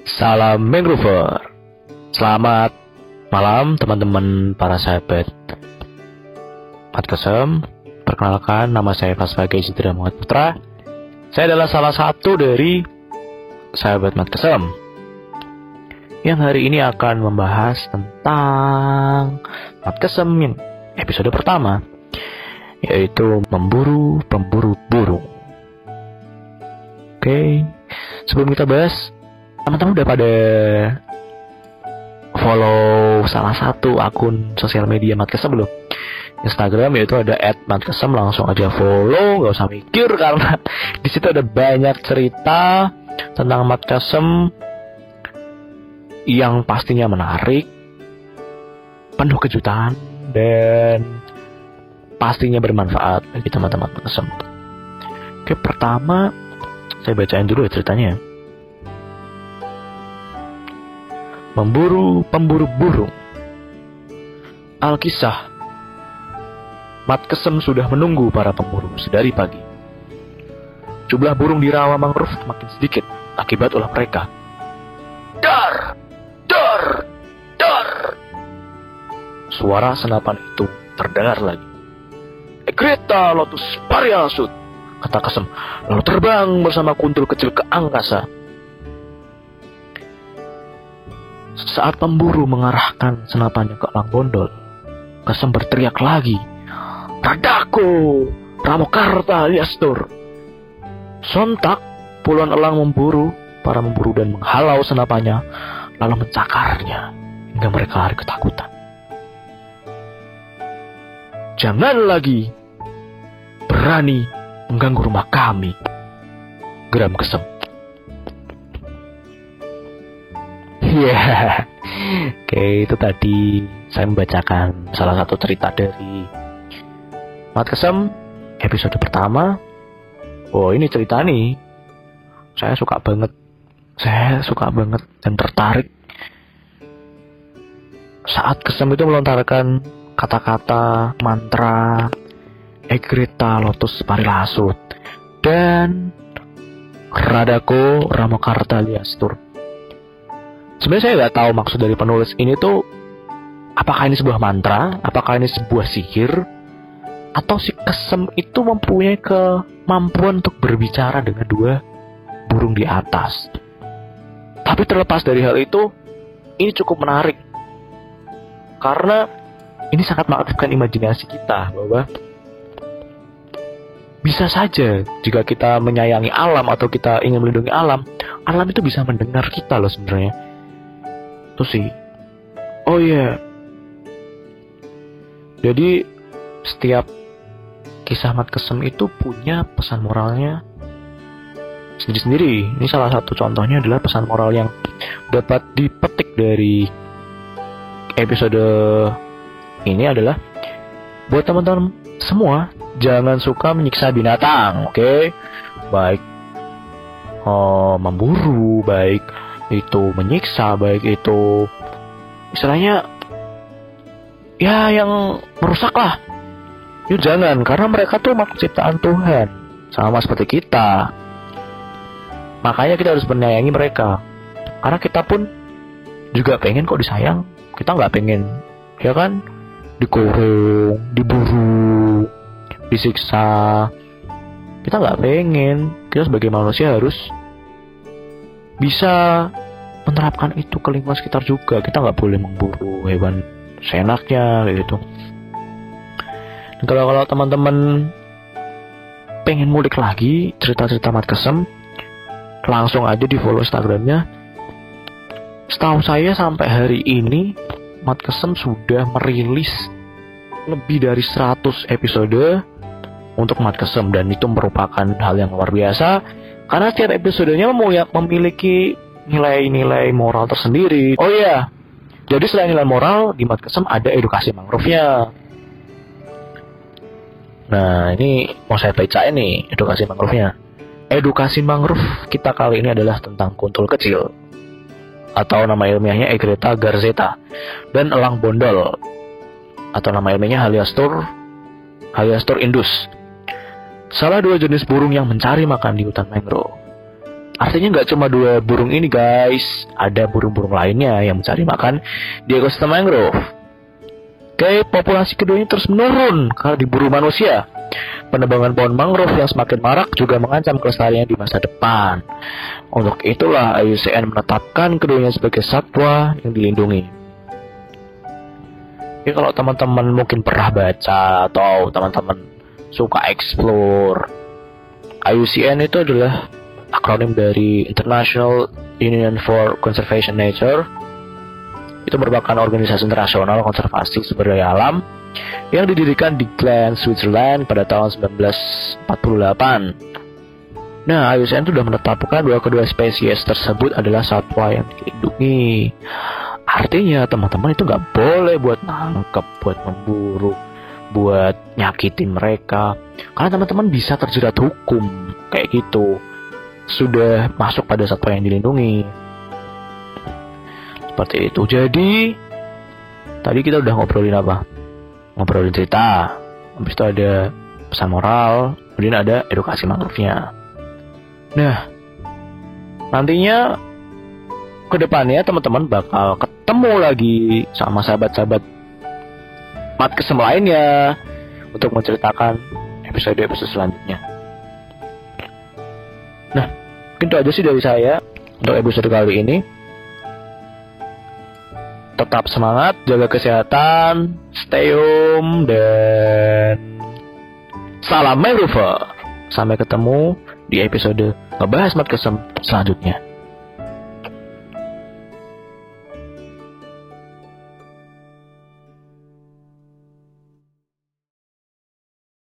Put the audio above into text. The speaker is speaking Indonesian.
Salam Mangrover. Selamat malam teman-teman para sahabat Matkesem. Perkenalkan, nama saya Fasbagai Sidra Muhammad Putra. Saya adalah salah satu dari sahabat Matkesem yang hari ini akan membahas tentang Matkesem yang episode pertama, yaitu memburu pemburu burung. Oke, sebelum kita bahas, teman-teman udah pada follow salah satu akun sosial media Matkesem belum? Instagram, yaitu ada @matkesem. Langsung aja follow, gak usah mikir, karena di situ ada banyak cerita tentang Matkesem yang pastinya menarik, penuh kejutan, dan pastinya bermanfaat bagi teman-teman Matkesem. Oke, pertama saya bacain dulu ya ceritanya. Memburu pemburu burung. Alkisah. Matkesem sudah menunggu para pemburu sedari pagi. Jumlah burung di rawa mangrove makin sedikit akibat ulah mereka. Dar! Dar! Dar! Suara senapan itu terdengar lagi. Egreta lotus pariasut, kata Kesem, lalu terbang bersama kuntul kecil ke angkasa. Saat pemburu mengarahkan senapannya ke elang bondol, Kesem berteriak lagi, Radako, Ramokarta Liastur. Sontak, puluhan elang memburu para pemburu dan menghalau senapannya, lalu mencakarnya hingga mereka lari ketakutan. Jangan lagi berani mengganggu rumah kami, geram Kesem. Oke, itu tadi saya membacakan salah satu cerita dari Matkesem episode pertama. Oh, ini cerita nih, saya suka banget dan tertarik saat Kesem itu melontarkan kata-kata mantra Egreta lotus parilasut dan Radako Ramokarta Liastur. Sebenarnya saya nggak tahu maksud dari penulis ini tuh, apakah ini sebuah mantra, apakah ini sebuah sihir, atau si Kesem itu mempunyai kemampuan untuk berbicara dengan dua burung di atas. Tapi terlepas dari hal itu, ini cukup menarik karena ini sangat mengaktifkan imajinasi kita bahwa bisa saja jika kita menyayangi alam atau kita ingin melindungi alam itu bisa mendengar kita loh sebenarnya. Itu sih. Oh iya. Jadi setiap kisah Matkesem itu punya pesan moralnya sendiri-sendiri. Ini salah satu contohnya adalah pesan moral yang dapat dipetik dari episode ini adalah buat teman-teman semua, jangan suka menyiksa binatang, oke? Baik memburu, baik itu menyiksa, baik itu istilahnya ya yang merusak lah. Yuk jangan, karena mereka tuh makhluk ciptaan Tuhan, sama seperti kita. Makanya kita harus menyayangi mereka, karena kita pun juga pengen kok disayang. Kita nggak pengen, ya kan, dikurung, diburu, disiksa. Kita nggak pengen. Kita sebagai manusia harus bisa menerapkan itu ke lingkungan sekitar juga. Kita nggak boleh memburu hewan seenaknya gitu. Dan kalau teman-teman pengen mulik lagi cerita-cerita Matkesem, langsung aja di follow Instagramnya. Setahu saya sampai hari ini Matkesem sudah merilis lebih dari 100 episode untuk Matkesem, dan itu merupakan hal yang luar biasa karena setiap episodenya memiliki nilai-nilai moral tersendiri. Oh iya, jadi selain nilai moral di Matkesem ada edukasi mangrove-nya. Nah, ini mau saya bacain nih edukasi mangrove-nya. Edukasi mangrove kita kali ini adalah tentang kuntul kecil atau nama ilmiahnya Egreta garzeta dan elang bondol atau nama ilmiahnya Haliastur indus. Salah dua jenis burung yang mencari makan di hutan mangrove. Artinya nggak cuma dua burung ini guys, ada burung-burung lainnya yang mencari makan di ekosistem mangrove. Oke, populasi keduanya terus menurun karena diburu manusia. Penebangan pohon mangrove yang semakin marak juga mengancam kelestariannya di masa depan. Untuk itulah IUCN menetapkan keduanya sebagai satwa yang dilindungi. Ya, kalau teman-teman mungkin pernah baca atau teman-teman suka explore, IUCN itu adalah akronim dari International Union for Conservation Nature. Itu merupakan organisasi internasional konservasi sumber daya alam yang didirikan di Gland, Switzerland pada tahun 1948. Nah, IUCN sudah menetapkan bahwa kedua spesies tersebut adalah satwa yang dilindungi. Artinya teman-teman itu nggak boleh buat nangkep, buat memburu, buat nyakitin mereka, karena teman-teman bisa terjerat hukum kayak gitu. Sudah masuk pada satwa yang dilindungi. Seperti itu. Jadi tadi kita udah ngobrolin apa? Ngobrolin cerita. Habis itu ada pesan moral, kemudian ada edukasi mangrove-nya. Nah, nantinya ke depannya teman-teman bakal ketemu lagi sama sahabat-sahabat Matkesem lainnya untuk menceritakan episode-episode selanjutnya. Nah, mungkin itu aja sih dari saya untuk episode kali ini. Tetap semangat, jaga kesehatan, stay home, dan salam mangrove. Sampai ketemu di episode ngebahas Matkesem selanjutnya.